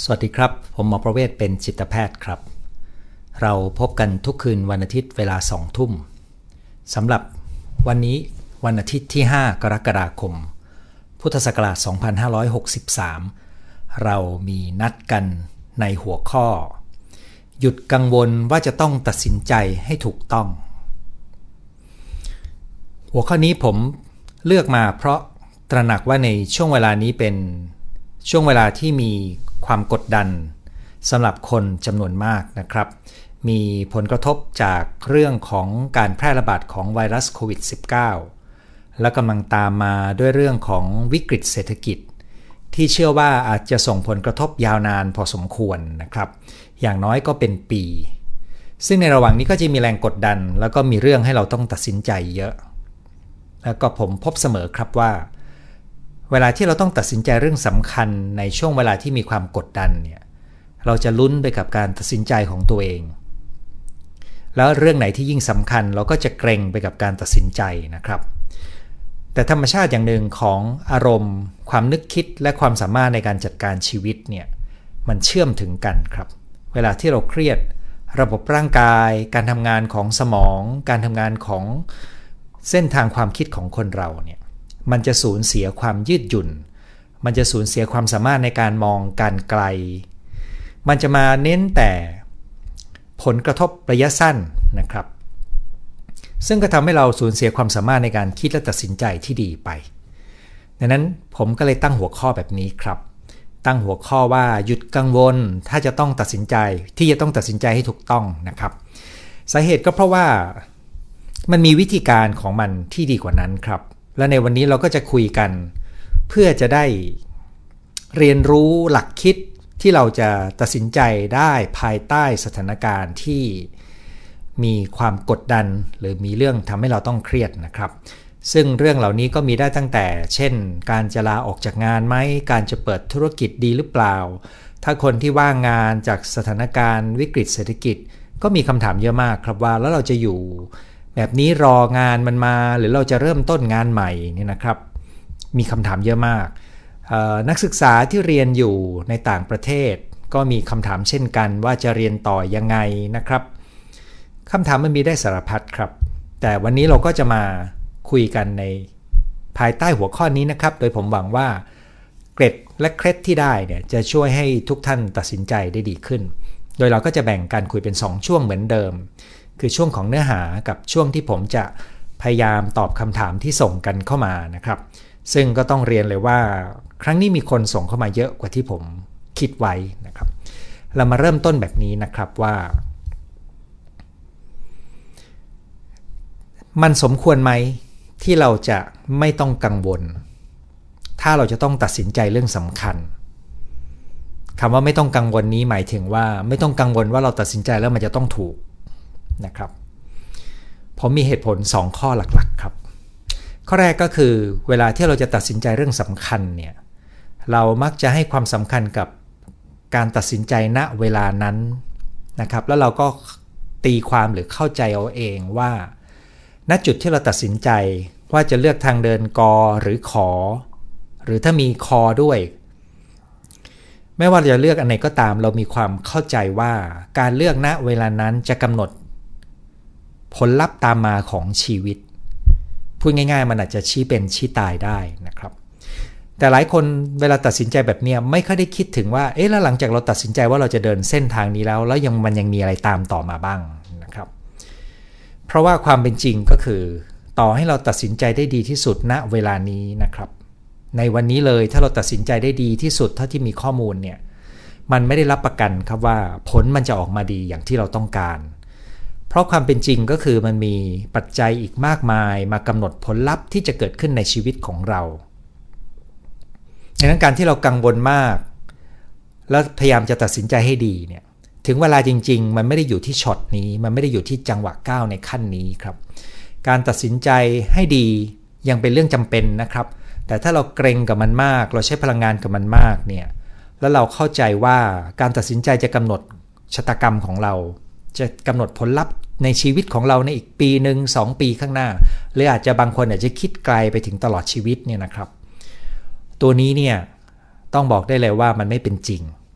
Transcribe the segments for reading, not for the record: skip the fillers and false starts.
สวัสดีครับผมหมอประเวศเป็นจิตแพทย์ครับเราพบกันทุกคืนวันอาทิตย์เวลา20:00 น.สำหรับวันนี้วันอาทิตย์ที่5กรกฎาคมพุทธศักราช2563เรามีนัดกันในหัวข้อหยุดกังวลว่าจะต้องตัดสินใจให้ถูกต้องหัวข้อนี้ผมเลือกมาเพราะตระหนักว่าในช่วงเวลานี้เป็นช่วงเวลาที่มีความกดดันสำหรับคนจำนวนมากนะครับมีผลกระทบจากเรื่องของการแพร่ระบาดของไวรัสโควิด -19 และกำลังตามมาด้วยเรื่องของวิกฤตเศรษฐกิจที่เชื่อว่าอาจจะส่งผลกระทบยาวนานพอสมควรนะครับอย่างน้อยก็เป็นปีซึ่งในระหว่างนี้ก็จะมีแรงกดดันแล้วก็มีเรื่องให้เราต้องตัดสินใจเยอะแล้วก็ผมพบเสมอครับว่าเวลาที่เราต้องตัดสินใจเรื่องสำคัญในช่วงเวลาที่มีความกดดันเนี่ยเราจะลุ้นไปกับการตัดสินใจของตัวเองแล้วเรื่องไหนที่ยิ่งสำคัญเราก็จะเกรงไปกับการตัดสินใจนะครับแต่ธรรมชาติอย่างหนึ่งของอารมณ์ความนึกคิดและความสามารถในการจัดการชีวิตเนี่ยมันเชื่อมถึงกันครับเวลาที่เราเครียดระบบร่างกายการทำงานของสมองการทำงานของเส้นทางความคิดของคนเราเนี่ยมันจะสูญเสียความยืดหยุ่นมันจะสูญเสียความสามารถในการมองการไกลมันจะมาเน้นแต่ผลกระทบระยะสั้นนะครับซึ่งก็ทำให้เราสูญเสียความสามารถในการคิดและตัดสินใจที่ดีไปดังนั้นผมก็เลยตั้งหัวข้อแบบนี้ครับตั้งหัวข้อว่าหยุดกังวลถ้าจะต้องตัดสินใจที่จะต้องตัดสินใจให้ถูกต้องนะครับสาเหตุก็เพราะว่ามันมีวิธีการของมันที่ดีกว่านั้นครับและในวันนี้เราก็จะคุยกันเพื่อจะได้เรียนรู้หลักคิดที่เราจะตัดสินใจได้ภายใต้สถานการณ์ที่มีความกดดันหรือมีเรื่องทำให้เราต้องเครียดนะครับซึ่งเรื่องเหล่านี้ก็มีได้ตั้งแต่เช่นการจะลาออกจากงานไหมการจะเปิดธุรกิจดีหรือเปล่าถ้าคนที่ว่างงานจากสถานการณ์วิกฤตเศรษฐกิจก็มีคำถามเยอะมากครับว่าแล้วเราจะอยู่แบบนี้รองานมันมาหรือเราจะเริ่มต้นงานใหม่นี่นะครับมีคำถามเยอะมากนักศึกษาที่เรียนอยู่ในต่างประเทศก็มีคำถามเช่นกันว่าจะเรียนต่อยังไงนะครับคำถามมันมีได้สารพัดครับแต่วันนี้เราก็จะมาคุยกันในภายใต้หัวข้อนี้นะครับโดยผมหวังว่าเกร็ดและเคล็ดที่ได้เนี่ยจะช่วยให้ทุกท่านตัดสินใจได้ดีขึ้นโดยเราก็จะแบ่งการคุยเป็น2ช่วงเหมือนเดิมคือช่วงของเนื้อหากับช่วงที่ผมจะพยายามตอบคำถามที่ส่งกันเข้ามานะครับซึ่งก็ต้องเรียนเลยว่าครั้งนี้มีคนส่งเข้ามาเยอะกว่าที่ผมคิดไว้นะครับเรามาเริ่มต้นแบบนี้นะครับว่ามันสมควรไหมที่เราจะไม่ต้องกังวลถ้าเราจะต้องตัดสินใจเรื่องสำคัญคำว่าไม่ต้องกังวลนี้หมายถึงว่าไม่ต้องกังวลว่าเราตัดสินใจแล้วมันจะต้องถูกนะครับผมมีเหตุผล2ข้อหลักๆครับข้อแรกก็คือเวลาที่เราจะตัดสินใจเรื่องสำคัญเนี่ยเรามักจะให้ความสำคัญกับการตัดสินใจณเวลานั้นนะครับแล้วเราก็ตีความหรือเข้าใจเอาเองว่าณจุดที่เราตัดสินใจว่าจะเลือกทางเดินกหรือขอหรือถ้ามีคอด้วยไม่ว่าจะเลือกอันไหนก็ตามเรามีความเข้าใจว่าการเลือกณเวลานั้นจะกำหนดผลลัพธ์ตามมาของชีวิตพูดง่ายๆมันอาจจะชี้เป็นชี้ตายได้นะครับแต่หลายคนเวลาตัดสินใจแบบนี้ไม่ค่อยได้คิดถึงว่าแล้วหลังจากเราตัดสินใจว่าเราจะเดินเส้นทางนี้แล้วมันยังมีอะไรตามต่อมาบ้างนะครับเพราะว่าความเป็นจริงก็คือต่อให้เราตัดสินใจได้ดีที่สุดณเวลานี้นะครับในวันนี้เลยถ้าเราตัดสินใจได้ดีที่สุดเท่าที่มีข้อมูลเนี่ยมันไม่ได้รับประกันครับว่าผลมันจะออกมาดีอย่างที่เราต้องการเพราะความเป็นจริงก็คือมันมีปัจจัยอีกมากมายมากำหนดผลลัพธ์ที่จะเกิดขึ้นในชีวิตของเราดังนั้นการที่เรากังวลมากแล้วพยายามจะตัดสินใจให้ดีเนี่ยถึงเวลาจริงๆมันไม่ได้อยู่ที่ช็อตนี้มันไม่ได้อยู่ที่จังหวะก้าวในขั้นนี้ครับการตัดสินใจให้ดียังเป็นเรื่องจำเป็นนะครับแต่ถ้าเราเกรงกับมันมากเราใช้พลังงานกับมันมากเนี่ยแล้วเราเข้าใจว่าการตัดสินใจจะกำหนดชะตากรรมของเราจะกำหนดผลลัพธ์ในชีวิตของเราในอีกปีหนึ่ง2 ปีข้างหน้าหรืออาจจะบางคนอาจจะคิดไกลไปถึงตลอดชีวิตเนี่ยนะครับตัวนี้เนี่ยต้องบอกได้เลยว่ามันไม่เป็นจริงเพ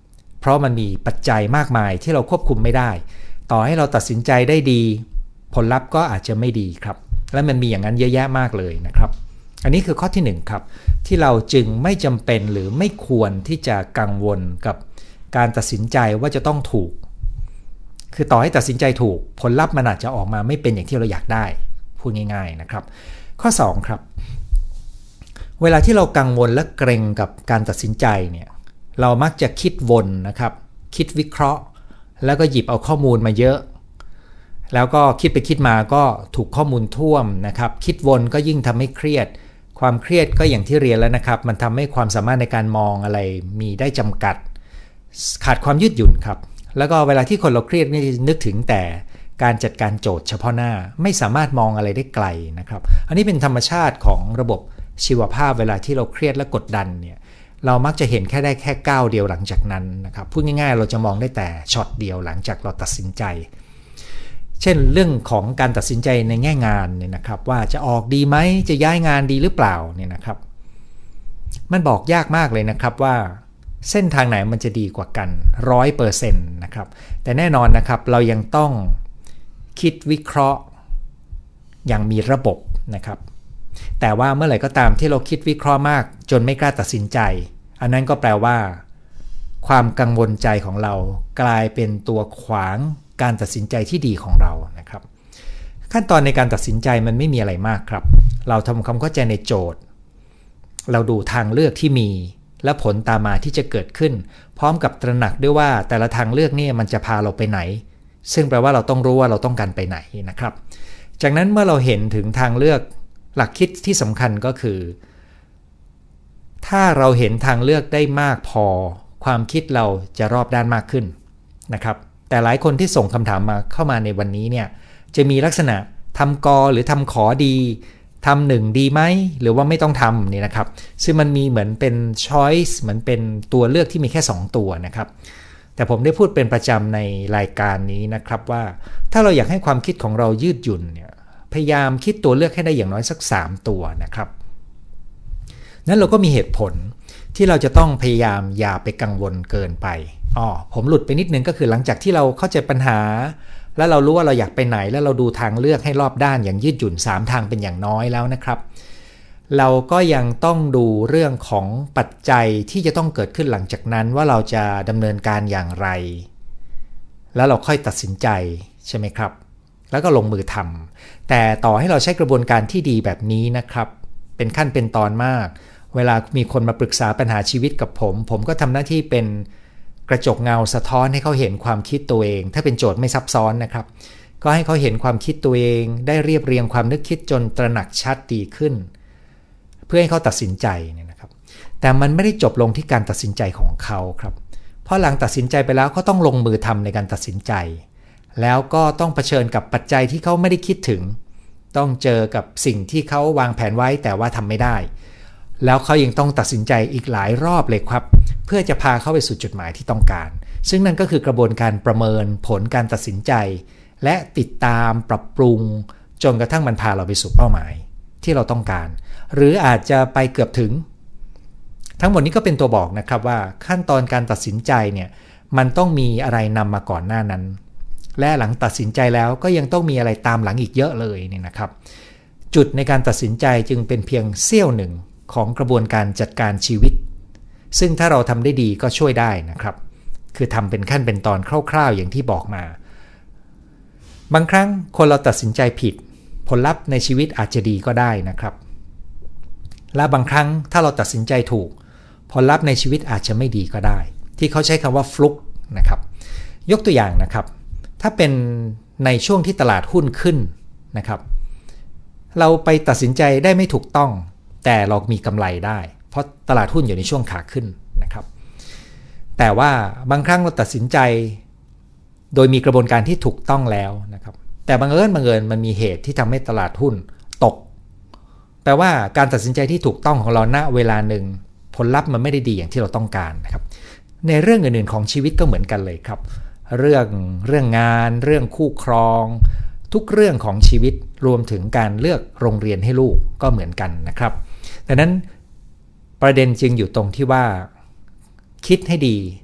ราะมันมีปัจจัยมากมายที่เราควบคุมไม่ได้ต่อให้เราตัดสินใจได้ดีผลลัพธ์ก็อาจจะไม่ดีครับและมันมีอย่างนั้นเยอะแยะมากเลยนะครับอันนี้คือข้อที่1ครับที่เราจึงไม่จำเป็นหรือไม่ควรที่จะกังวลกับการตัดสินใจว่าจะต้องถูกคือต่อให้ตัดสินใจถูกผลลัพธ์มันอาจจะออกมาไม่เป็นอย่างที่เราอยากได้พูดง่ายๆนะครับข้อ2ครับเวลาที่เรากังวลและเกรงกับการตัดสินใจเนี่ยเรามักจะคิดวนนะครับคิดวิเคราะห์แล้วก็หยิบเอาข้อมูลมาเยอะแล้วก็คิดไปคิดมาก็ถูกข้อมูลท่วมนะครับคิดวนก็ยิ่งทำให้เครียดความเครียดก็อย่างที่เรียนแล้วนะครับมันทำให้ความสามารถในการมองอะไรมีได้จำกัดขาดความยืดหยุ่นครับแล้วก็เวลาที่คนเราเครียดนี่นึกถึงแต่การจัดการโจทย์เฉพาะหน้าไม่สามารถมองอะไรได้ไกลนะครับอันนี้เป็นธรรมชาติของระบบชีวภาพเวลาที่เราเครียดและกดดันเนี่ยเรามักจะเห็นได้แค่ก้าวเดียวหลังจากนั้นนะครับพูดง่ายๆเราจะมองได้แต่ช็อตเดียวหลังจากเราตัดสินใจเช่นเรื่องของการตัดสินใจในแง่งานเนี่ยนะครับว่าจะออกดีไหมจะย้ายงานดีหรือเปล่าเนี่ยนะครับมันบอกยากมากเลยนะครับว่าเส้นทางไหนมันจะดีกว่ากัน 100% นะครับแต่แน่นอนนะครับเรายังต้องคิดวิเคราะห์อย่างมีระบบนะครับแต่ว่าเมื่อไหร่ก็ตามที่เราคิดวิเคราะห์มากจนไม่กล้าตัดสินใจอันนั้นก็แปลว่าความกังวลใจของเรากลายเป็นตัวขวางการตัดสินใจที่ดีของเรานะครับขั้นตอนในการตัดสินใจมันไม่มีอะไรมากครับเราทำความเข้าใจในโจทย์เราดูทางเลือกที่มีและผลตามมาที่จะเกิดขึ้นพร้อมกับตระหนักด้วยว่าแต่ละทางเลือกนี่มันจะพาเราไปไหนซึ่งแปลว่าเราต้องรู้ว่าเราต้องการไปไหนนะครับจากนั้นเมื่อเราเห็นถึงทางเลือกหลักคิดที่สำคัญก็คือถ้าเราเห็นทางเลือกได้มากพอความคิดเราจะรอบด้านมากขึ้นนะครับแต่หลายคนที่ส่งคำถามมาเข้ามาในวันนี้เนี่ยจะมีลักษณะทำกหรือทำขอดีทำหนึ่งดีไหมหรือว่าไม่ต้องทำนี่นะครับซึ่งมันมีเหมือนเป็น choice เหมือนเป็นตัวเลือกที่มีแค่2ตัวนะครับแต่ผมได้พูดเป็นประจำในรายการนี้นะครับว่าถ้าเราอยากให้ความคิดของเรายืดหยุ่นเนี่ยพยายามคิดตัวเลือกให้ได้อย่างน้อยสัก3ตัวนะครับนั้นเราก็มีเหตุผลที่เราจะต้องพยายามอย่าไปกังวลเกินไปผมหลุดไปนิดนึงก็คือหลังจากที่เราเข้าใจปัญหาแล้วเรารู้ว่าเราอยากไปไหนแล้วเราดูทางเลือกให้รอบด้านอย่างยืดหยุ่น3ทางเป็นอย่างน้อยแล้วนะครับเราก็ยังต้องดูเรื่องของปัจจัยที่จะต้องเกิดขึ้นหลังจากนั้นว่าเราจะดำเนินการอย่างไรแล้วเราค่อยตัดสินใจใช่ไหมครับแล้วก็ลงมือทำแต่ต่อให้เราใช้กระบวนการที่ดีแบบนี้นะครับเป็นขั้นเป็นตอนมากเวลามีคนมาปรึกษาปัญหาชีวิตกับผมก็ทำหน้าที่เป็นกระจกเงาสะท้อนให้เขาเห็นความคิดตัวเองถ้าเป็นโจทย์ไม่ซับซ้อนนะครับก็ให้เขาเห็นความคิดตัวเองได้เรียบเรียงความนึกคิดจนตระหนักชัดดีขึ้นเพื่อให้เขาตัดสินใจเนี่ยนะครับแต่มันไม่ได้จบลงที่การตัดสินใจของเขาครับเพราะหลังตัดสินใจไปแล้วเขาต้องลงมือทำในการตัดสินใจแล้วก็ต้องเผชิญกับปัจจัยที่เขาไม่ได้คิดถึงต้องเจอกับสิ่งที่เขาวางแผนไว้แต่ว่าทำไม่ได้แล้วเขายังต้องตัดสินใจอีกหลายรอบเลยครับเพื่อจะพาเขาไปสู่จุดหมายที่ต้องการซึ่งนั่นก็คือกระบวนการประเมินผลการตัดสินใจและติดตามปรับปรุงจนกระทั่งมันพาเราไปสู่เป้าหมายที่เราต้องการหรืออาจจะไปเกือบถึงทั้งหมดนี้ก็เป็นตัวบอกนะครับว่าขั้นตอนการตัดสินใจเนี่ยมันต้องมีอะไรนำมาก่อนหน้านั้นและหลังตัดสินใจแล้วก็ยังต้องมีอะไรตามหลังอีกเยอะเลยเนี่ยนะครับจุดในการตัดสินใจจึงเป็นเพียงเสี้ยวหนึ่งของกระบวนการจัดการชีวิตซึ่งถ้าเราทำได้ดีก็ช่วยได้นะครับคือทำเป็นขั้นเป็นตอนคร่าวๆอย่างที่บอกมาบางครั้งคนเราตัดสินใจผิดผลลัพธ์ในชีวิตอาจจะดีก็ได้นะครับและบางครั้งถ้าเราตัดสินใจถูกผลลัพธ์ในชีวิตอาจจะไม่ดีก็ได้ที่เขาใช้คำว่าฟลุกนะครับยกตัวอย่างนะครับถ้าเป็นในช่วงที่ตลาดหุ้นขึ้นนะครับเราไปตัดสินใจได้ไม่ถูกต้องแต่เรามีกำไรได้เพราะตลาดหุ้นอยู่ในช่วงขาขึ้นนะครับแต่ว่าบางครั้งเราตัดสินใจโดยมีกระบวนการที่ถูกต้องแล้วนะครับแต่บังเอิญมันมีเหตุที่ทำให้ตลาดหุ้นตกแปลว่าการตัดสินใจที่ถูกต้องของเราณเวลาหนึ่งผลลัพธ์มันไม่ได้ดีอย่างที่เราต้องการนะครับในเรื่องอื่นๆของชีวิตก็เหมือนกันเลยครับเรื่องงานเรื่องคู่ครองทุกเรื่องของชีวิตรวมถึงการเลือกโรงเรียนให้ลูกก็เหมือนกันนะครับดังนั้นประเด็นจึงอยู่ตรงที่ว่าคิดให้ดี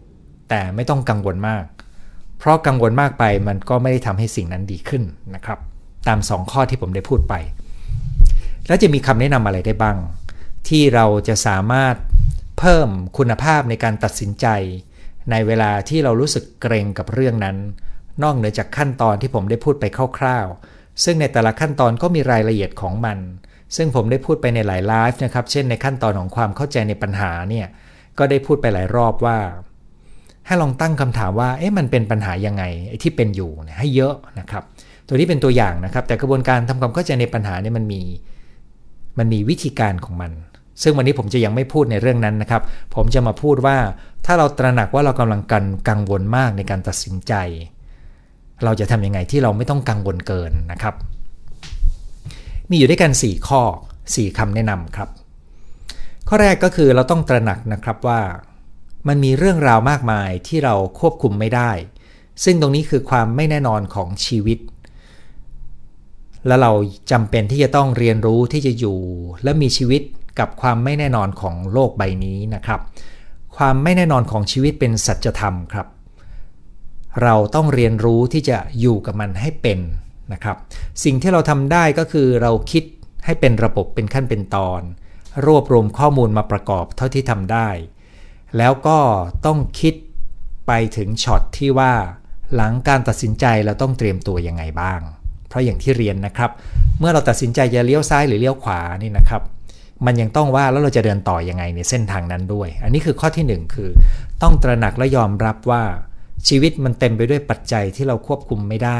แต่ไม่ต้องกังวลมากเพราะกังวลมากไปมันก็ไม่ได้ทำให้สิ่งนั้นดีขึ้นนะครับตาม2ข้อที่ผมได้พูดไปแล้วจะมีคำแนะนำอะไรได้บ้างที่เราจะสามารถเพิ่มคุณภาพในการตัดสินใจในเวลาที่เรารู้สึกเกรงกับเรื่องนั้นนอกเหนือจากขั้นตอนที่ผมได้พูดไปคร่าวๆซึ่งในแต่ละขั้นตอนก็มีรายละเอียดของมันซึ่งผมได้พูดไปในหลายไลฟ์นะครับเช่นในขั้นตอนของความเข้าใจในปัญหาเนี่ยก็ได้พูดไปหลายรอบว่าให้ลองตั้งคำถามว่ามันเป็นปัญหายังไงที่เป็นอยู่ให้เยอะนะครับตัวนี้เป็นตัวอย่างนะครับแต่กระบวนการทำความเข้าใจในปัญหาเนี่ยมันมีวิธีการของมันซึ่งวันนี้ผมจะยังไม่พูดในเรื่องนั้นนะครับผมจะมาพูดว่าถ้าเราตระหนักว่าเรากำลังกังวลมากในการตัดสินใจเราจะทำยังไงที่เราไม่ต้องกังวลเกินนะครับมีอยู่ด้วยกัน4ข้อ4คำแนะนำครับข้อแรกก็คือเราต้องตระหนักนะครับว่ามันมีเรื่องราวมากมายที่เราควบคุมไม่ได้ซึ่งตรงนี้คือความไม่แน่นอนของชีวิตและเราจำเป็นที่จะต้องเรียนรู้ที่จะอยู่และมีชีวิตกับความไม่แน่นอนของโลกใบนี้นะครับความไม่แน่นอนของชีวิตเป็นสัจธรรมครับเราต้องเรียนรู้ที่จะอยู่กับมันให้เป็นนะครับสิ่งที่เราทำได้ก็คือเราคิดให้เป็นระบบเป็นขั้นเป็นตอนรวบรวมข้อมูลมาประกอบเท่าที่ทำได้แล้วก็ต้องคิดไปถึงช็อตที่ว่าหลังการตัดสินใจเราต้องเตรียมตัวยังไงบ้างเพราะอย่างที่เรียนนะครับเมื่อเราตัดสินใจจะเลี้ยวซ้ายหรือเลี้ยวขวานี่นะครับมันยังต้องว่าแล้วเราจะเดินต่อยังไงในเส้นทางนั้นด้วยอันนี้คือข้อที่1คือต้องตระหนักและยอมรับว่าชีวิตมันเต็มไปด้วยปัจจัยที่เราควบคุมไม่ได้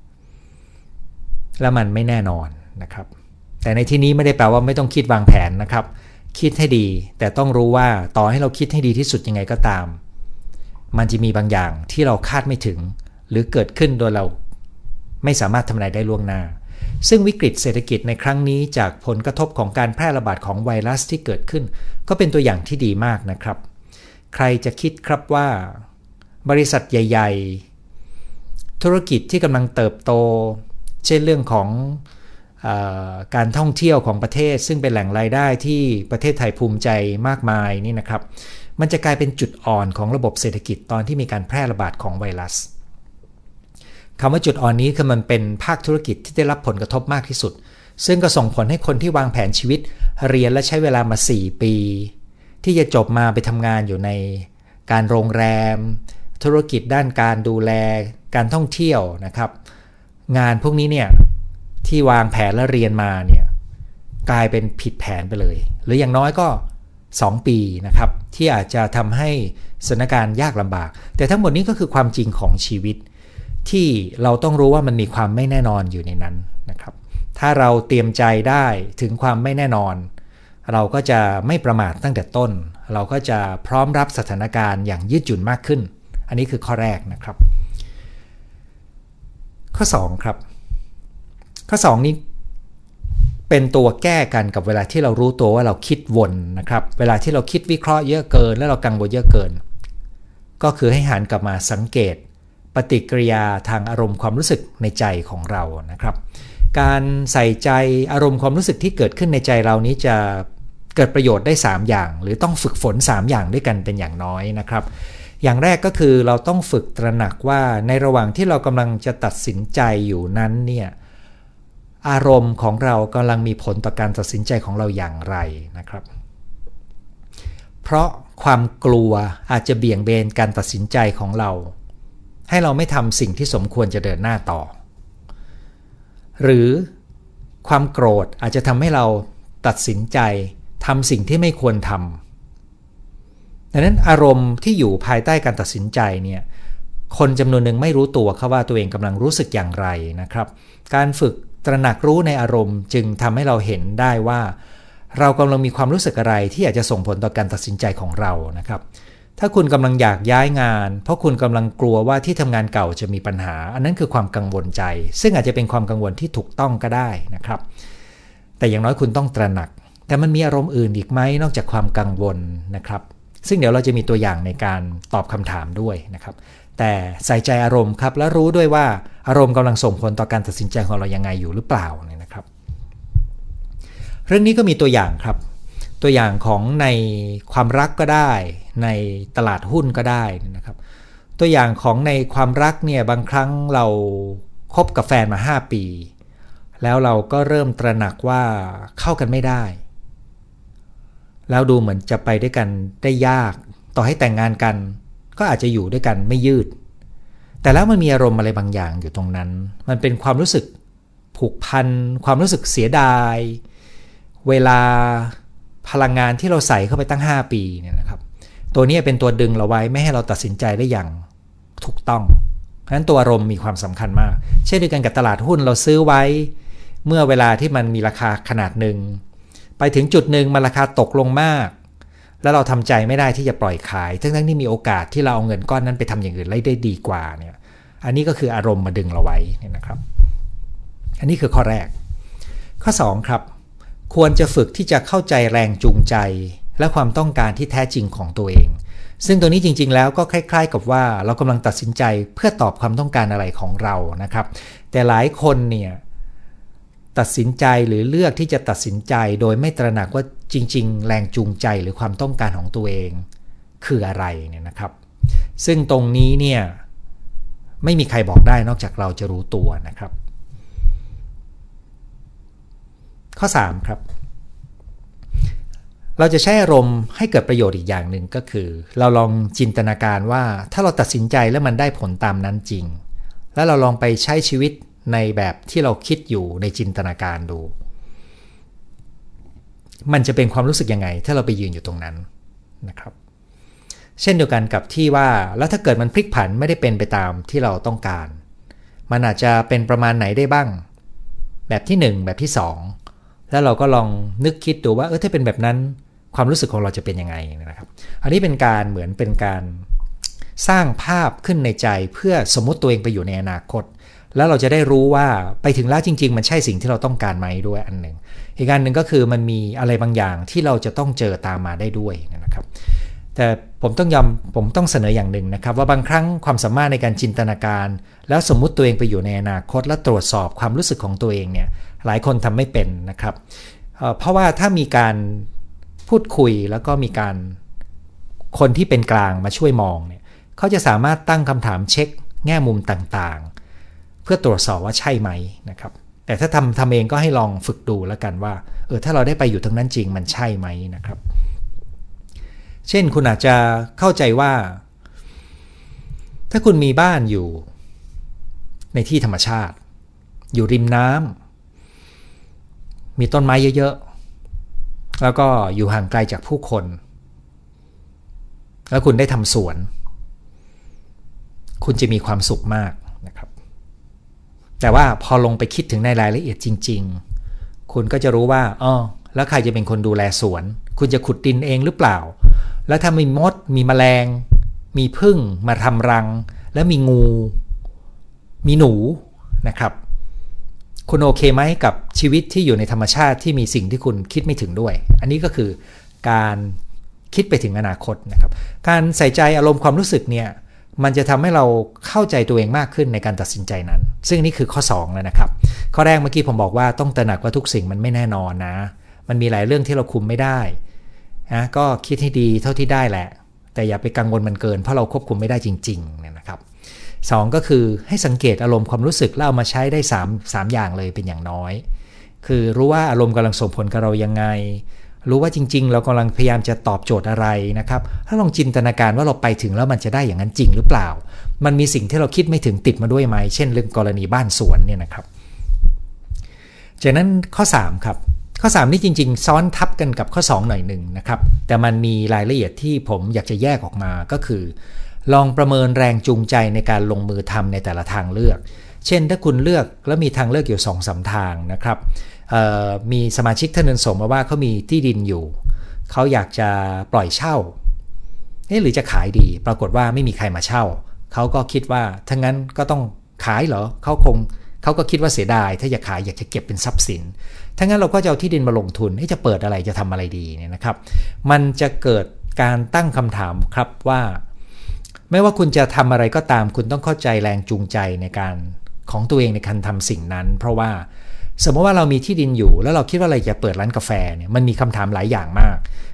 และมันไม่แน่นอนนะครับแต่ในที่นี้ไม่ได้แปลว่าไม่ต้องคิดวางแผนนะครับคิดให้ดีแต่ต้องรู้ว่าต่อให้เราคิดให้ดีที่สุดยังไงก็ตามมันจะมีบางอย่างที่เราคาดไม่ถึงหรือเกิดขึ้นโดยเราไม่สามารถทำนายได้ล่วงหน้าซึ่งวิกฤตเศรษฐกิจในครั้งนี้จากผลกระทบของการแพร่ระบาดของไวรัสที่เกิดขึ้นก็เป็นตัวอย่างที่ดีมากนะครับใครจะคิดครับว่าบริษัทใหญ่ๆธุรกิจที่กำลังเติบโตเช่นเรื่องของการท่องเที่ยวของประเทศซึ่งเป็นแหล่งรายได้ที่ประเทศไทยภูมิใจมากมายนี่นะครับมันจะกลายเป็นจุดอ่อนของระบบเศรษฐกิจตอนที่มีการแพร่ระบาดของไวรัสคำว่าจุดอ่อนนี้คือมันเป็นภาคธุรกิจที่ได้รับผลกระทบมากที่สุดซึ่งก็ส่งผลให้คนที่วางแผนชีวิตเรียนและใช้เวลามา4 ปีที่จะจบมาไปทำงานอยู่ในการโรงแรมธุรกิจด้านการดูแลการท่องเที่ยวนะครับงานพวกนี้เนี่ยที่วางแผนและเรียนมาเนี่ยกลายเป็นผิดแผนไปเลยหรืออย่างน้อยก็2 ปีนะครับที่อาจจะทำให้สถานการณ์ยากลำบากแต่ทั้งหมดนี้ก็คือความจริงของชีวิตที่เราต้องรู้ว่ามันมีความไม่แน่นอนอยู่ในนั้นนะครับถ้าเราเตรียมใจได้ถึงความไม่แน่นอนเราก็จะไม่ประมาทตั้งแต่ต้นเราก็จะพร้อมรับสถานการณ์อย่างยืดหยุ่นมากขึ้นอันนี้คือข้อแรกนะครับข้อ2ครับข้อ2นี้เป็นตัวแก้กันกับเวลาที่เรารู้ตัวว่าเราคิดวนนะครับเวลาที่เราคิดวิเคราะห์เยอะเกินและเรากังวลเยอะเกินก็คือให้หันกลับมาสังเกตปฏิกิริยาทางอารมณ์ความรู้สึกในใจของเรานะครับการใส่ใจอารมณ์ความรู้สึกที่เกิดขึ้นในใจเรานี้จะเกิดประโยชน์ได้3อย่างหรือต้องฝึกฝน3อย่างด้วยกันเป็นอย่างน้อยนะครับอย่างแรกก็คือเราต้องฝึกตระหนักว่าในระหว่างที่เรากำลังจะตัดสินใจอยู่นั้นเนี่ยอารมณ์ของเรากำลังมีผลต่อการตัดสินใจของเราอย่างไรนะครับเพราะความกลัวอาจจะเบี่ยงเบนการตัดสินใจของเราให้เราไม่ทำสิ่งที่สมควรจะเดินหน้าต่อหรือความโกรธอาจจะทำให้เราตัดสินใจทำสิ่งที่ไม่ควรทำดังนั้นอารมณ์ที่อยู่ภายใต้การตัดสินใจเนี่ยคนจำนวนหนึ่งไม่รู้ตัวครับว่าตัวเองกำลังรู้สึกอย่างไรนะครับการฝึกตระหนักรู้ในอารมณ์จึงทำให้เราเห็นได้ว่าเรากำลังมีความรู้สึกอะไรที่อาจจะส่งผลต่อการตัดสินใจของเรานะครับถ้าคุณกำลังอยากย้ายงานเพราะคุณกำลังกลัวว่าที่ทำงานเก่าจะมีปัญหาอันนั้นคือความกังวลใจซึ่งอาจจะเป็นความกังวลที่ถูกต้องก็ได้นะครับแต่อย่างน้อยคุณต้องตระหนักแต่มันมีอารมณ์อื่นอีกไหมนอกจากความกังวลนะครับซึ่งเดี๋ยวเราจะมีตัวอย่างในการตอบคำถามด้วยนะครับแต่ใส่ใจอารมณ์ครับและรู้ด้วยว่าอารมณ์กำลังส่งผลต่อการตัดสินใจของเรายังไงอยู่หรือเปล่าเนี่ยนะครับเรื่องนี้ก็มีตัวอย่างครับตัวอย่างของในความรักก็ได้ในตลาดหุ้นก็ได้นะครับตัวอย่างของในความรักเนี่ยบางครั้งเราคบกับแฟนมา5 ปีแล้วเราก็เริ่มตระหนักว่าเข้ากันไม่ได้แล้วดูเหมือนจะไปด้วยกันได้ยากต่อให้แต่งงานกันก็อาจจะอยู่ด้วยกันไม่ยืดแต่แล้วมันมีอารมณ์อะไรบางอย่างอยู่ตรงนั้นมันเป็นความรู้สึกผูกพันความรู้สึกเสียดายเวลาพลังงานที่เราใส่เข้าไปตั้ง5 ปีเนี่ยนะครับตัวนี้เป็นตัวดึงเราไว้ไม่ให้เราตัดสินใจได้อย่างถูกต้องเพราะฉะนั้นตัวอารมณ์มีความสำคัญมากเช่นเดียวกันกับตลาดหุ้นเราซื้อไว้เมื่อเวลาที่มันมีราคาขนาดหนึ่งไปถึงจุดหนึ่งมันราคาตกลงมากแล้วเราทำใจไม่ได้ที่จะปล่อยขายทั้งที่มีโอกาสที่เราเอาเงินก้อนนั้นไปทำอย่างอื่นได้ดีกว่าเนี่ยอันนี้ก็คืออารมณ์มาดึงเราไว้เนี่ยนะครับอันนี้คือข้อแรกข้อ2ครับควรจะฝึกที่จะเข้าใจแรงจูงใจและความต้องการที่แท้จริงของตัวเองซึ่งตัวนี้จริงๆแล้วก็คล้ายๆกับว่าเรากำลังตัดสินใจเพื่อตอบความต้องการอะไรของเรานะครับแต่หลายคนเนี่ยตัดสินใจหรือเลือกที่จะตัดสินใจโดยไม่ตระหนักว่าจริงๆแรงจูงใจหรือความต้องการของตัวเองคืออะไรเนี่ยนะครับซึ่งตรงนี้เนี่ยไม่มีใครบอกได้นอกจากเราจะรู้ตัวนะครับข้อ3ครับเราจะใช้อารมณ์ให้เกิดประโยชน์อีกอย่างหนึ่งก็คือเราลองจินตนาการว่าถ้าเราตัดสินใจแล้วมันได้ผลตามนั้นจริงแล้วเราลองไปใช้ชีวิตในแบบที่เราคิดอยู่ในจินตนาการดูมันจะเป็นความรู้สึกยังไงถ้าเราไปยืนอยู่ตรงนั้นนะครับเช่นเดียวกันกับที่ว่าแล้วถ้าเกิดมันพลิกผันไม่ได้เป็นไปตามที่เราต้องการมันอาจจะเป็นประมาณไหนได้บ้างแบบที่1แบบที่2แล้วเราก็ลองนึกคิดดูว่าถ้าเป็นแบบนั้นความรู้สึกของเราจะเป็นยังไงนะครับอันนี้เป็นการเหมือนเป็นการสร้างภาพขึ้นในใจเพื่อสมมติตัวเองไปอยู่ในอนาคตแล้วเราจะได้รู้ว่าไปถึงแล้วจริงๆมันใช่สิ่งที่เราต้องการไหมด้วยอันหนึ่งอีกอันหนึ่งก็คือมันมีอะไรบางอย่างที่เราจะต้องเจอตามมาได้ด้วยนะครับแต่ผมต้องเสนออย่างหนึ่งนะครับว่าบางครั้งความสามารถในการจินตนาการแล้วสมมุติตัวเองไปอยู่ในอนาคตและตรวจสอบความรู้สึกของตัวเองเนี่ยหลายคนทำไม่เป็นนะครับเพราะว่าถ้ามีการพูดคุยแล้วก็มีการคนที่เป็นกลางมาช่วยมองเนี่ยเขาจะสามารถตั้งคำถามเช็คแง่มุมต่างๆเพื่อตรวจสอบว่าใช่ไหมนะครับแต่ถ้าทำเองก็ให้ลองฝึกดูแล้วกันว่าถ้าเราได้ไปอยู่ตรงนั้นจริงมันใช่ไหมนะครับเช่นคุณอาจจะเข้าใจว่าถ้าคุณมีบ้านอยู่ในที่ธรรมชาติอยู่ริมน้ำมีต้นไม้เยอะๆแล้วก็อยู่ห่างไกลจากผู้คนแล้วคุณได้ทำสวนคุณจะมีความสุขมากนะครับแต่ว่าพอลงไปคิดถึงในรายละเอียดจริงๆคุณก็จะรู้ว่าแล้วใครจะเป็นคนดูแลสวนคุณจะขุดดินเองหรือเปล่าแล้วถ้ามีมดมีแมลงมีผึ้งมาทำรังแล้วมีงูมีหนูนะครับคุณโอเคไหมกับชีวิตที่อยู่ในธรรมชาติที่มีสิ่งที่คุณคิดไม่ถึงด้วยอันนี้ก็คือการคิดไปถึงอนาคตนะครับการใส่ใจอารมณ์ความรู้สึกเนี่ยมันจะทำให้เราเข้าใจตัวเองมากขึ้นในการตัดสินใจนั้นซึ่งนี่คือข้อ2แล้วนะครับข้อแรกเมื่อกี้ผมบอกว่าต้องตระหนักว่าทุกสิ่งมันไม่แน่นอนนะมันมีหลายเรื่องที่เราคุมไม่ได้นะก็คิดให้ดีเท่าที่ได้แหละแต่อย่าไปกังวลมันเกินเพราะเราควบคุมไม่ได้จริงๆเนี่ยนะครับ2ก็คือให้สังเกตอารมณ์ความรู้สึกแล้วเอามาใช้ได้3อย่างเลยเป็นอย่างน้อยคือรู้ว่าอารมณ์กำลังส่งผลกับเรายังไงรู้ว่าจริงๆเรากำลังพยายามจะตอบโจทย์อะไรนะครับถ้าลองจินตนาการว่าเราไปถึงแล้วมันจะได้อย่างนั้นจริงหรือเปล่ามันมีสิ่งที่เราคิดไม่ถึงติดมาด้วยไหมเช่นเรื่องกรณีบ้านสวนเนี่ยนะครับจากนั้นข้อ3ครับข้อ3นี่จริงๆซ้อนทับกันกับข้อ2หน่อยหนึ่งนะครับแต่มันมีรายละเอียดที่ผมอยากจะแยกออกมาก็คือลองประเมินแรงจูงใจในการลงมือทำในแต่ละทางเลือกเช่นถ้าคุณเลือกแล้วมีทางเลือกอยู่ 2-3 ทางนะครับมีสมาชิกท่านนึงส่งมาว่าเขามีที่ดินอยู่เขาอยากจะปล่อยเช่าหรือจะขายดีปรากฏว่าไม่มีใครมาเช่าเขาก็คิดว่าถ้างั้นก็ต้องขายเหรอเขาก็คิดว่าเสียดายถ้าอยากขายอยากจะเก็บเป็นทรัพย์สินถ้างั้นเราก็จะเอาที่ดินมาลงทุนจะเปิดอะไรจะทำอะไรดีเนี่ยนะครับมันจะเกิดการตั้งคำถามครับว่าไม่ว่าคุณจะทำอะไรก็ตามคุณต้องเข้าใจแรงจูงใจในการของตัวเองในการทำสิ่งนั้นเพราะว่าสมมติว่าเรามีที่ดินอยู่แล้วเราคิดว่าเราจะเปิดร้านกาแฟเนี่ยมันมีคำถามหลายอย่างมาก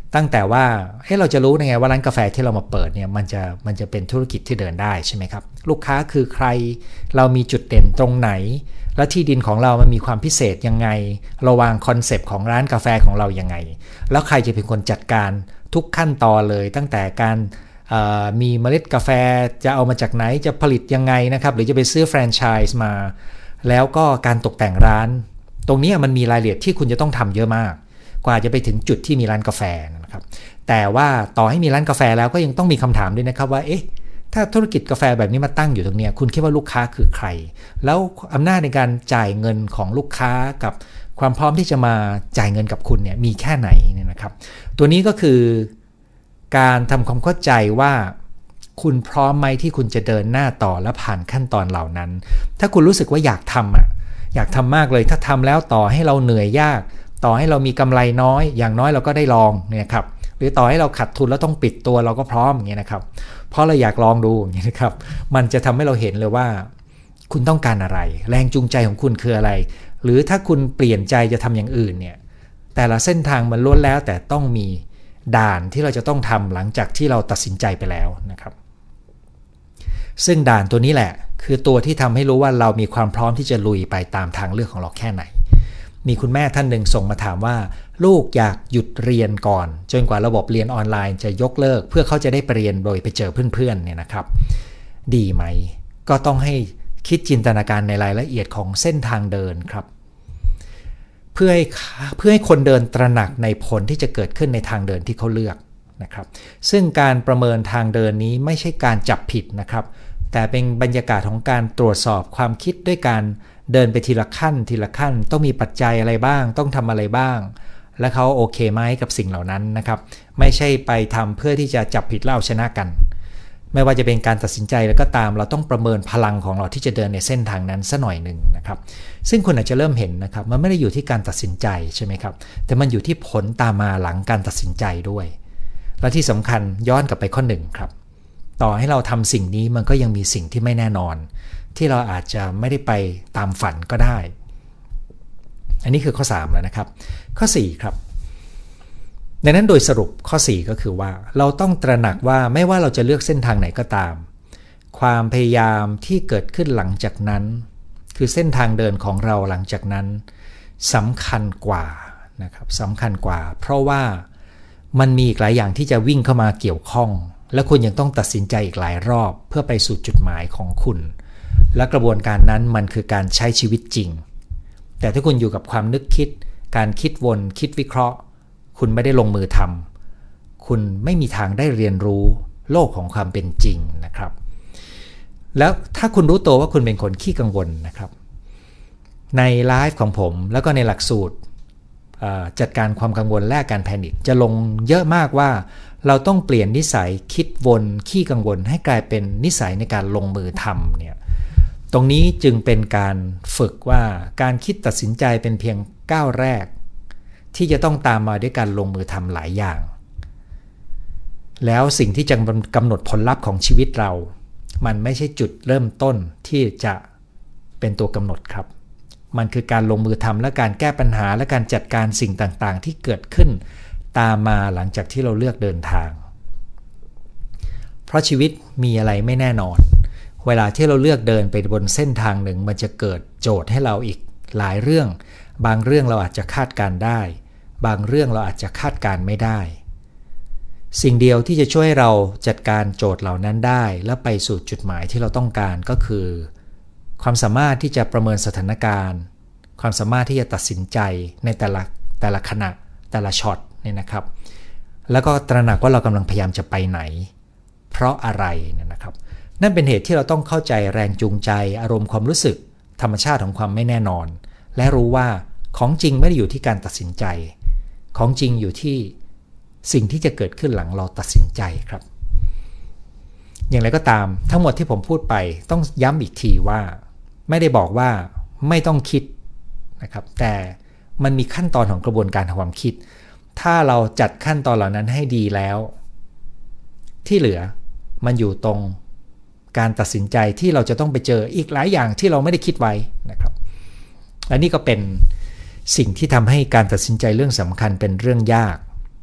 ตั้งแต่ว่าเราจะรู้ได้ไงว่าร้านกาแฟที่เรามาเปิดเนี่ยมันจะเป็นธุรกิจที่เดินได้ใช่ไหมครับลูกค้าคือใครเรามีจุดเด่นตรงไหนและที่ดินของเรามันมีความพิเศษยังไงเราวางคอนเซปต์ของร้านกาแฟของเรายังไงแล้วใครจะเป็นคนจัดการทุกขั้นตอนเลยตั้งแต่การมีเมล็ดกาแฟจะเอามาจากไหนจะผลิตยังไงนะครับหรือจะไปซื้อแฟรนไชส์มาแล้วก็การตกแต่งร้านตรงนี้มันมีรายละเอียดที่คุณจะต้องทำเยอะมากกว่าจะไปถึงจุดที่มีร้านกาแฟนะครับแต่ว่าต่อให้มีร้านกาแฟแล้วก็ยังต้องมีคำถามด้วยนะครับว่าถ้าธุรกิจกาแฟแบบนี้มาตั้งอยู่ตรงนี้คุณคิดว่าลูกค้าคือใครแล้วอำนาจในการจ่ายเงินของลูกค้ากับความพร้อมที่จะมาจ่ายเงินกับคุณเนี่ยมีแค่ไหนเนี่ยนะครับตัวนี้ก็คือการทำความเข้าใจว่าคุณพร้อมไหมที่คุณจะเดินหน้าต่อและผ่านขั้นตอนเหล่านั้นถ้าคุณรู้สึกว่าอยากทำมากเลยถ้าทำแล้วต่อให้เราเหนื่อยยากต่อให้เรามีกำไรน้อยอย่างน้อยเราก็ได้ลองเนี่ยครับหรือต่อให้เราขาดทุนแล้วต้องปิดตัวเราก็พร้อมอย่างเงี้ยนะครับเพราะเราอยากลองดูอย่างเงี้ยนะครับมันจะทำให้เราเห็นเลยว่าคุณต้องการอะไรแรงจูงใจของคุณคืออะไรหรือถ้าคุณเปลี่ยนใจจะทำอย่างอื่นเนี่ยแต่ละเส้นทางมันล้วนแล้วแต่ต้องมีด่านที่เราจะต้องทำหลังจากที่เราตัดสินใจไปแล้วนะครับซึ่งด่านตัวนี้แหละคือตัวที่ทำให้รู้ว่าเรามีความพร้อมที่จะลุยไปตามทางเลือกของเราแค่ไหนมีคุณแม่ท่านหนึ่งส่งมาถามว่าลูกอยากหยุดเรียนก่อนจนกว่าระบบเรียนออนไลน์จะยกเลิกเพื่อเขาจะได้ไปเรียนโดยไปเจอเพื่อนๆเนี่ยนะครับดีไหมก็ต้องให้คิดจินตนาการในรายละเอียดของเส้นทางเดินครับเพื่อให้คนเดินตระหนักในผลที่จะเกิดขึ้นในทางเดินที่เขาเลือกนะครับซึ่งการประเมินทางเดินนี้ไม่ใช่การจับผิดนะครับแต่เป็นบรรยากาศของการตรวจสอบความคิดด้วยการเดินไปทีละขั้นต้องมีปัจจัยอะไรบ้างต้องทำอะไรบ้างและเขาโอเคไหมกับสิ่งเหล่านั้นนะครับไม่ใช่ไปทำเพื่อที่จะจับผิดแล้วเอาชนะกันไม่ว่าจะเป็นการตัดสินใจแล้วก็ตามเราต้องประเมินพลังของเราที่จะเดินในเส้นทางนั้นสักหน่อยหนึ่งนะครับซึ่งคุณอาจจะเริ่มเห็นนะครับมันไม่ได้อยู่ที่การตัดสินใจใช่ไหมครับแต่มันอยู่ที่ผลตามมาหลังการตัดสินใจด้วยและที่สำคัญย้อนกลับไปข้อหนึ่งครับต่อให้เราทำสิ่งนี้มันก็ยังมีสิ่งที่ไม่แน่นอนที่เราอาจจะไม่ได้ไปตามฝันก็ได้อันนี้คือข้อ3แล้วนะครับข้อ4ครับดังนั้นโดยสรุปข้อ4ก็คือว่าเราต้องตระหนักว่าไม่ว่าเราจะเลือกเส้นทางไหนก็ตามความพยายามที่เกิดขึ้นหลังจากนั้นคือเส้นทางเดินของเราหลังจากนั้นสำคัญกว่านะครับสำคัญกว่าเพราะว่ามันมีอีกหลายอย่างที่จะวิ่งเข้ามาเกี่ยวข้องและคุณยังต้องตัดสินใจอีกหลายรอบเพื่อไปสู่จุดหมายของคุณและกระบวนการนั้นมันคือการใช้ชีวิตจริงแต่ถ้าคุณอยู่กับความนึกคิดการคิดวนคิดวิเคราะห์คุณไม่ได้ลงมือทำคุณไม่มีทางได้เรียนรู้โลกของความเป็นจริงนะครับแล้วถ้าคุณรู้ตัวว่าคุณเป็นคนขี้กังวลนะครับในไลฟ์ของผมแล้วก็ในหลักสูตรจัดการความกังวลและการแพนิคจะลงเยอะมากว่าเราต้องเปลี่ยนนิสัยคิดวนขี้กังวลให้กลายเป็นนิสัยในการลงมือทำเนี่ยตรงนี้จึงเป็นการฝึกว่าการคิดตัดสินใจเป็นเพียงก้าวแรกที่จะต้องตามมาด้วยการลงมือทำหลายอย่างแล้วสิ่งที่จะกำหนดผลลัพธ์ของชีวิตเรามันไม่ใช่จุดเริ่มต้นที่จะเป็นตัวกำหนดครับมันคือการลงมือทำและการแก้ปัญหาและการจัดการสิ่งต่างๆที่เกิดขึ้นตามมาหลังจากที่เราเลือกเดินทางเพราะชีวิตมีอะไรไม่แน่นอนเวลาที่เราเลือกเดินไปบนเส้นทางหนึ่งมันจะเกิดโจทย์ให้เราอีกหลายเรื่องบางเรื่องเราอาจจะคาดการได้บางเรื่องเราอาจจะคาดการไม่ได้สิ่งเดียวที่จะช่วยเราจัดการโจทย์เหล่านั้นได้และไปสู่จุดหมายที่เราต้องการก็คือความสามารถที่จะประเมินสถานการณ์ความสามารถที่จะตัดสินใจในแต่ละขณะแต่ละช็อตเนี่ยนะครับแล้วก็ตระหนักว่าเรากำลังพยายามจะไปไหนเพราะอะไรเนี่ยนะครับนั่นเป็นเหตุที่เราต้องเข้าใจแรงจูงใจอารมณ์ความรู้สึกธรรมชาติของความไม่แน่นอนและรู้ว่าของจริงไม่ได้อยู่ที่การตัดสินใจของจริงอยู่ที่สิ่งที่จะเกิดขึ้นหลังเราตัดสินใจครับอย่างไรก็ตามทั้งหมดที่ผมพูดไปต้องย้ำอีกทีว่าไม่ได้บอกว่าไม่ต้องคิดนะครับแต่มันมีขั้นตอนของกระบวนการความคิดถ้าเราจัดขั้นตอนเหล่านั้นให้ดีแล้วที่เหลือมันอยู่ตรงการตัดสินใจที่เราจะต้องไปเจออีกหลายอย่างที่เราไม่ได้คิดไว้นะครับและนี่ก็เป็นสิ่งที่ทำให้การตัดสินใจเรื่องสำคัญเป็นเรื่องยาก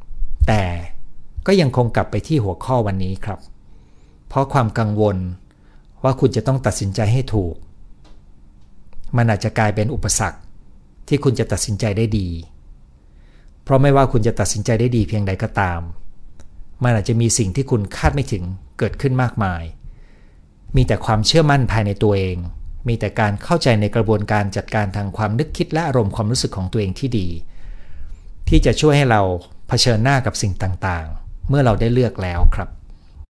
แต่ก็ยังคงกลับไปที่หัวข้อวันนี้ครับเพราะความกังวลว่าคุณจะต้องตัดสินใจให้ถูกมันอาจจะกลายเป็นอุปสรรคที่คุณจะตัดสินใจได้ดีเพราะไม่ว่าคุณจะตัดสินใจได้ดีเพียงใดก็ตามมันอาจจะมีสิ่งที่คุณคาดไม่ถึงเกิดขึ้นมากมายมีแต่ความเชื่อมั่นภายในตัวเองมีแต่การเข้าใจในกระบวนการจัดการทางความนึกคิดและอารมณ์ความรู้สึกของตัวเองที่ดีที่จะช่วยให้เราเผชิญหน้ากับสิ่งต่างๆเมื่อเราได้เลือกแล้วครับ